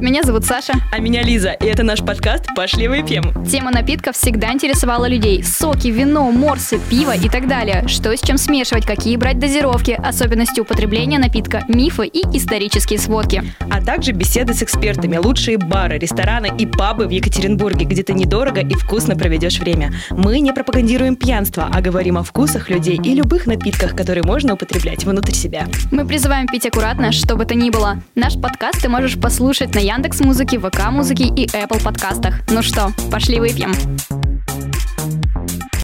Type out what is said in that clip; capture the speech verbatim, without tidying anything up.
Меня зовут Саша. А меня Лиза, и это наш подкаст «Пошли выпьем». Тема напитков всегда интересовала людей. Соки, вино, морсы, пиво и так далее. Что с чем смешивать, какие брать дозировки, особенности употребления напитка, мифы и исторические сводки. А также беседы с экспертами, лучшие бары, рестораны и пабы в Екатеринбурге, где ты недорого и вкусно проведешь время. Мы не пропагандируем пьянство, а говорим о вкусах людей и любых напитках, которые можно употреблять внутрь себя. Мы призываем пить аккуратно, что бы то ни было. Наш подкаст ты можешь послушать на Яндекс.Музыке, ВК.Музыке и Apple подкастах. Ну что, пошли выпьем.